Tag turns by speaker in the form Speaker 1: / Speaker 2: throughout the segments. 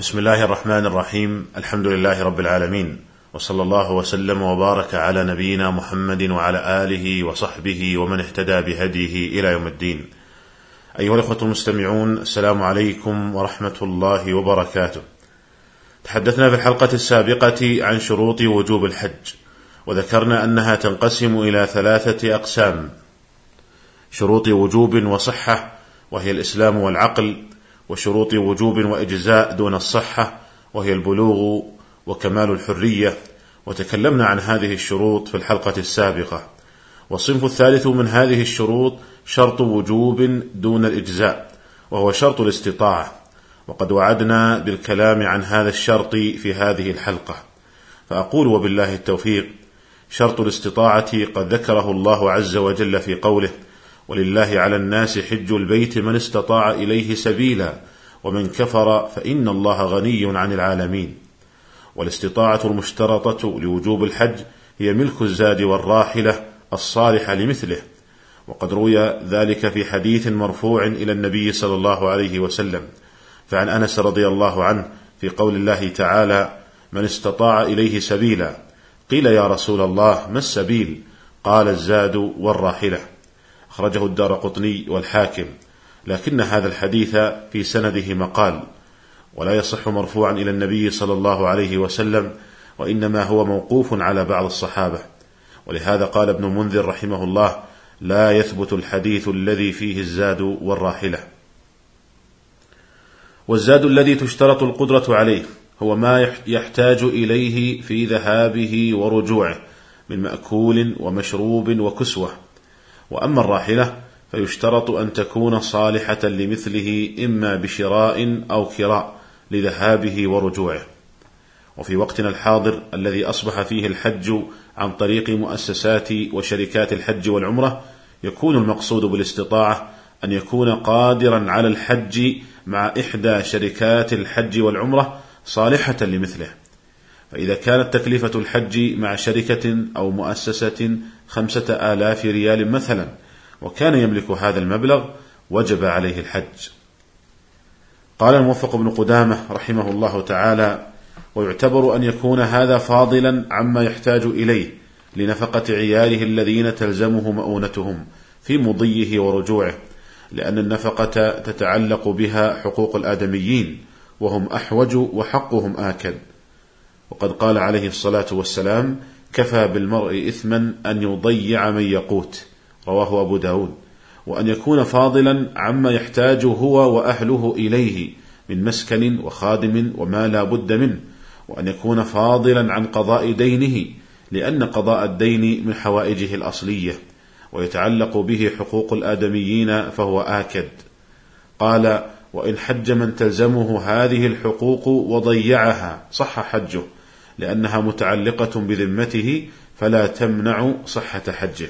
Speaker 1: بسم الله الرحمن الرحيم. الحمد لله رب العالمين، وصلى الله وسلم وبارك على نبينا محمد وعلى آله وصحبه ومن اهتدى بهديه إلى يوم الدين. أيها الأخوة المستمعون، السلام عليكم ورحمة الله وبركاته. تحدثنا في الحلقة السابقة عن شروط وجوب الحج، وذكرنا أنها تنقسم إلى 3 أقسام: شروط وجوب وصحة وهي الإسلام والعقل، وشروط وجوب وإجزاء دون الصحة وهي البلوغ وكمال الحرية، وتكلمنا عن هذه الشروط في الحلقة السابقة. والصنف الثالث من هذه الشروط شرط وجوب دون الإجزاء، وهو شرط الاستطاعة، وقد وعدنا بالكلام عن هذا الشرط في هذه الحلقة، فأقول وبالله التوفيق: شرط الاستطاعة قد ذكره الله عز وجل في قوله: ولله على الناس حج البيت من استطاع إليه سبيلا ومن كفر فإن الله غني عن العالمين. والاستطاعة المشترطة لوجوب الحج هي ملك الزاد والراحلة الصالحة لمثله، وقد روي ذلك في حديث مرفوع إلى النبي صلى الله عليه وسلم، فعن أنس رضي الله عنه في قول الله تعالى: من استطاع إليه سبيلا. قيل: يا رسول الله ما السبيل؟ قال: الزاد والراحلة. أخرجه الدارقطني والحاكم، لكن هذا الحديث في سنده مقال، ولا يصح مرفوعا إلى النبي صلى الله عليه وسلم، وإنما هو موقوف على بعض الصحابة. ولهذا قال ابن المنذر رحمه الله: لا يثبت الحديث الذي فيه الزاد والراحلة. والزاد الذي تشترط القدرة عليه هو ما يحتاج إليه في ذهابه ورجوعه من مأكول ومشروب وكسوة. وأما الراحلة فيشترط أن تكون صالحة لمثله، إما بشراء أو كراء لذهابه ورجوعه. وفي وقتنا الحاضر الذي أصبح فيه الحج عن طريق مؤسسات وشركات الحج والعمرة، يكون المقصود بالاستطاعة أن يكون قادرا على الحج مع إحدى شركات الحج والعمرة صالحة لمثله. فإذا كانت تكلفة الحج مع شركة أو مؤسسة 5,000 ريال مثلا، وكان يملك هذا المبلغ، وجب عليه الحج. قال الموفق بن قدامة رحمه الله تعالى: ويعتبر أن يكون هذا فاضلا عما يحتاج إليه لنفقة عياله الذين تلزمه مؤونتهم في مضيه ورجوعه، لأن النفقة تتعلق بها حقوق الآدميين، وهم أحوج وحقهم آكد. وقد قال عليه الصلاة والسلام: كفى بالمرء إثما أن يضيع من يقوت، رواه أبو داود. وأن يكون فاضلا عما يحتاج هو وأهله إليه من مسكن وخادم وما لا بد منه، وأن يكون فاضلا عن قضاء دينه، لأن قضاء الدين من حوائجه الأصلية، ويتعلق به حقوق الآدميين فهو آكد. قال: وإن حج من تلزمه هذه الحقوق وضيعها صح حجه، لأنها متعلقة بذمته فلا تمنع صحة حجه.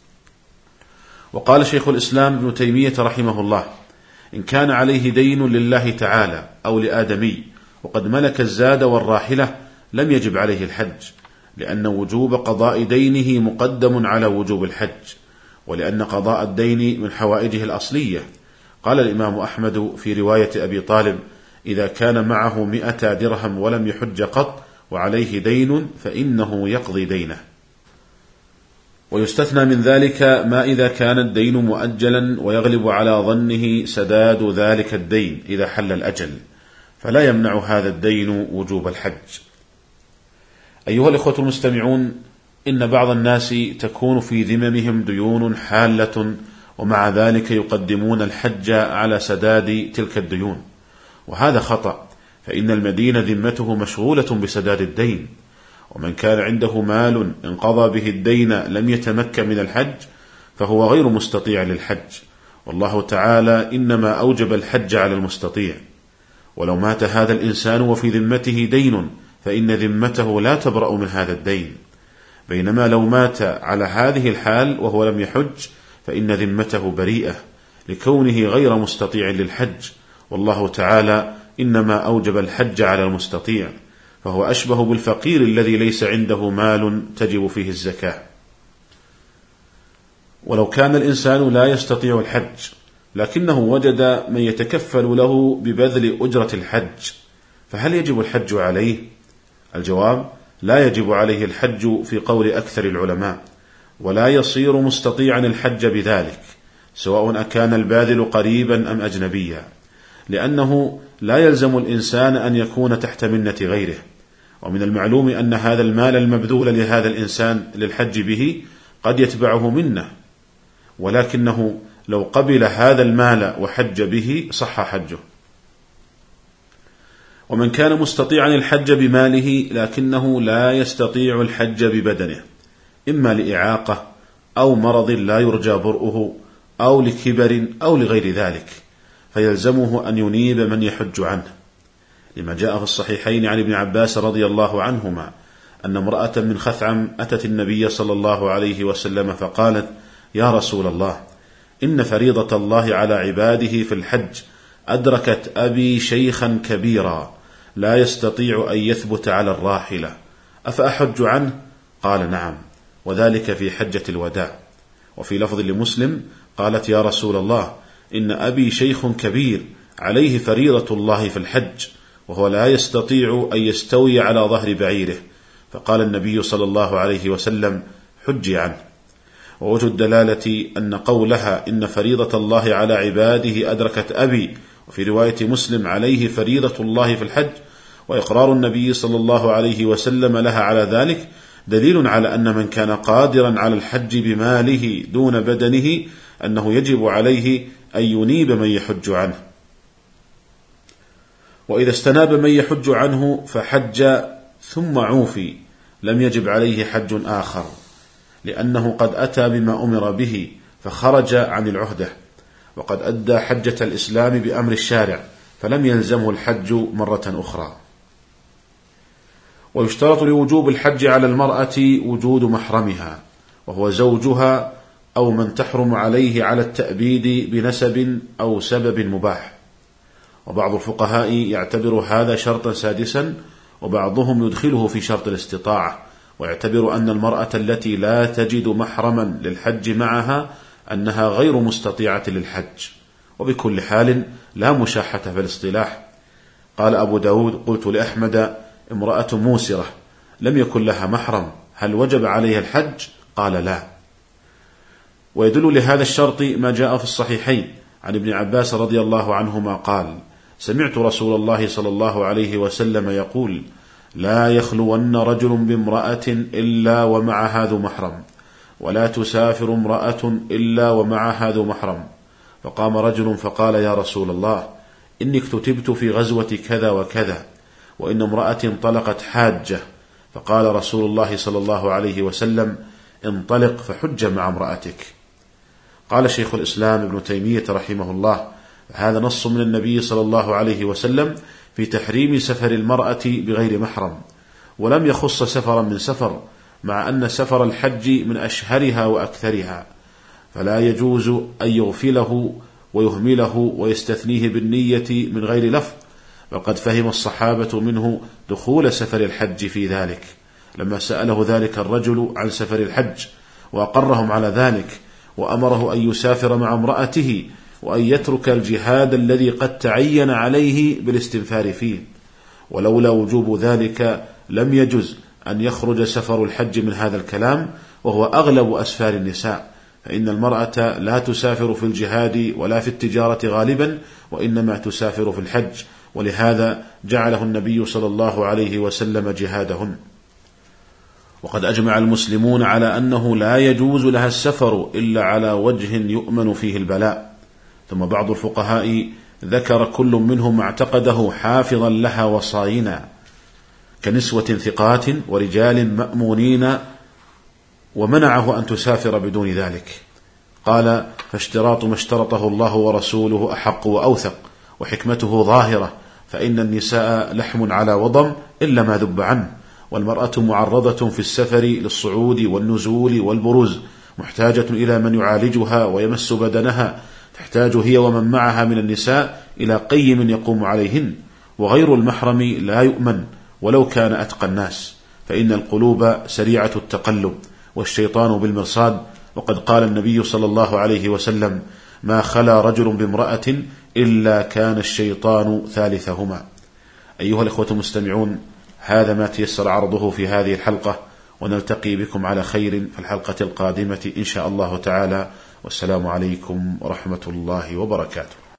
Speaker 1: وقال شيخ الإسلام ابن تيمية رحمه الله: إن كان عليه دين لله تعالى أو لآدمي وقد ملك الزاد والراحلة لم يجب عليه الحج، لأن وجوب قضاء دينه مقدم على وجوب الحج، ولأن قضاء الدين من حوائجه الأصلية. قال الإمام أحمد في رواية أبي طالب: إذا كان معه 100 درهم ولم يحج قط وعليه دين فإنه يقضي دينه. ويستثنى من ذلك ما إذا كان الدين مؤجلا ويغلب على ظنه سداد ذلك الدين إذا حل الأجل، فلا يمنع هذا الدين وجوب الحج. أيها الإخوة المستمعون، إن بعض الناس تكون في ذممهم ديون حالة، ومع ذلك يقدمون الحج على سداد تلك الديون، وهذا خطأ، فإن المدين ذمته مشغولة بسداد الدين. ومن كان عنده مال انقضى به الدين لم يتمكن من الحج فهو غير مستطيع للحج، والله تعالى إنما أوجب الحج على المستطيع. ولو مات هذا الإنسان وفي ذمته دين فإن ذمته لا تبرأ من هذا الدين، بينما لو مات على هذه الحال وهو لم يحج فإن ذمته بريئة لكونه غير مستطيع للحج، والله تعالى إنما أوجب الحج على المستطيع، فهو أشبه بالفقير الذي ليس عنده مال تجب فيه الزكاة. ولو كان الإنسان لا يستطيع الحج لكنه وجد من يتكفل له ببذل أجرة الحج، فهل يجب الحج عليه؟ الجواب: لا يجب عليه الحج في قول أكثر العلماء، ولا يصير مستطيعا الحج بذلك، سواء أكان الباذل قريبا أم أجنبيا، لأنه لا يلزم الإنسان أن يكون تحت منة غيره. ومن المعلوم أن هذا المال المبذول لهذا الإنسان للحج به قد يتبعه منه، ولكنه لو قبل هذا المال وحج به صح حجه. ومن كان مستطيعا الحج بماله لكنه لا يستطيع الحج ببدنه، إما لإعاقة أو مرض لا يرجى برؤه أو لكبر أو لغير ذلك، فيلزمه أن ينيب من يحج عنه، لما جاء في الصحيحين عن ابن عباس رضي الله عنهما أن امرأة من خثعم أتت النبي صلى الله عليه وسلم فقالت: يا رسول الله، إن فريضة الله على عباده في الحج أدركت أبي شيخا كبيرا لا يستطيع أن يثبت على الراحلة، أفأحج عنه؟ قال: نعم، وذلك في حجة الوداع. وفي لفظ لمسلم قالت: يا رسول الله، إن أبي شيخ كبير عليه فريضة الله في الحج، وهو لا يستطيع أن يستوي على ظهر بعيره، فقال النبي صلى الله عليه وسلم: حجي عنه. ووجه الدلالة أن قولها إن فريضة الله على عباده أدركت أبي، وفي رواية مسلم عليه فريضة الله في الحج، وإقرار النبي صلى الله عليه وسلم لها على ذلك، دليل على أن من كان قادرا على الحج بماله دون بدنه أنه يجب عليه أن ينيب من يحج عنه. وإذا استناب من يحج عنه فحج ثم عوفي لم يجب عليه حج آخر، لأنه قد أتى بما أمر به فخرج عن العهدة، وقد أدى حجة الإسلام بأمر الشارع، فلم يلزمه الحج مرة أخرى. ويشترط لوجوب الحج على المرأة وجود محرمها، وهو زوجها أو من تحرم عليه على التأبيد بنسب أو سبب مباح. وبعض الفقهاء يعتبر هذا شرطا سادسا، وبعضهم يدخله في شرط الاستطاعة، ويعتبر أن المرأة التي لا تجد محرما للحج معها أنها غير مستطيعة للحج. وبكل حال لا مشاحة في الاصطلاح. قال أبو داود: قلت لأحمد: امرأة موسرة لم يكن لها محرم، هل وجب عليها الحج؟ قال: لا. ويدل لهذا الشرط ما جاء في الصحيحين عن ابن عباس رضي الله عنهما قال: سمعت رسول الله صلى الله عليه وسلم يقول: لا يخلون رجل بامرأة إلا ومعها ذو محرم، ولا تسافر امرأة إلا ومعها ذو محرم. فقام رجل فقال: يا رسول الله، إني اكتتبت في غزوة كذا وكذا، وإن امرأة انطلقت حاجة. فقال رسول الله صلى الله عليه وسلم: انطلق فحج مع امرأتك. قال شيخ الإسلام ابن تيمية رحمه الله: هذا نص من النبي صلى الله عليه وسلم في تحريم سفر المرأة بغير محرم، ولم يخص سفرا من سفر، مع أن سفر الحج من أشهرها وأكثرها، فلا يجوز أن يغفله ويهمله ويستثنيه بالنية من غير لفظ. وقد فهم الصحابة منه دخول سفر الحج في ذلك، لما سأله ذلك الرجل عن سفر الحج وأقرهم على ذلك، وأمره أن يسافر مع امرأته، وأن يترك الجهاد الذي قد تعين عليه بالاستنفار فيه. ولولا وجوب ذلك لم يجز أن يخرج سفر الحج من هذا الكلام، وهو أغلب أسفار النساء، فإن المرأة لا تسافر في الجهاد ولا في التجارة غالبا، وإنما تسافر في الحج، ولهذا جعله النبي صلى الله عليه وسلم جهادهن. وقد أجمع المسلمون على أنه لا يجوز لها السفر إلا على وجه يؤمن فيه البلاء. ثم بعض الفقهاء ذكر كل منهم ما اعتقده حافظا لها وصاينا، كنسوة ثقات ورجال مأمونين، ومنعه أن تسافر بدون ذلك. قال: فاشتراط ما اشترطه الله ورسوله أحق وأوثق، وحكمته ظاهرة، فإن النساء لحم على وضم إلا ما ذب عنه، والمرأة معرضة في السفر للصعود والنزول والبروز، محتاجة إلى من يعالجها ويمس بدنها، تحتاج هي ومن معها من النساء إلى قيم يقوم عليهن، وغير المحرم لا يؤمن ولو كان أتقى الناس، فإن القلوب سريعة التقلب، والشيطان بالمرصاد. وقد قال النبي صلى الله عليه وسلم: ما خلا رجل بامرأة إلا كان الشيطان ثالثهما. أيها الإخوة المستمعون، هذا ما تيسر عرضه في هذه الحلقة، ونلتقي بكم على خير في الحلقة القادمة إن شاء الله تعالى. والسلام عليكم ورحمة الله وبركاته.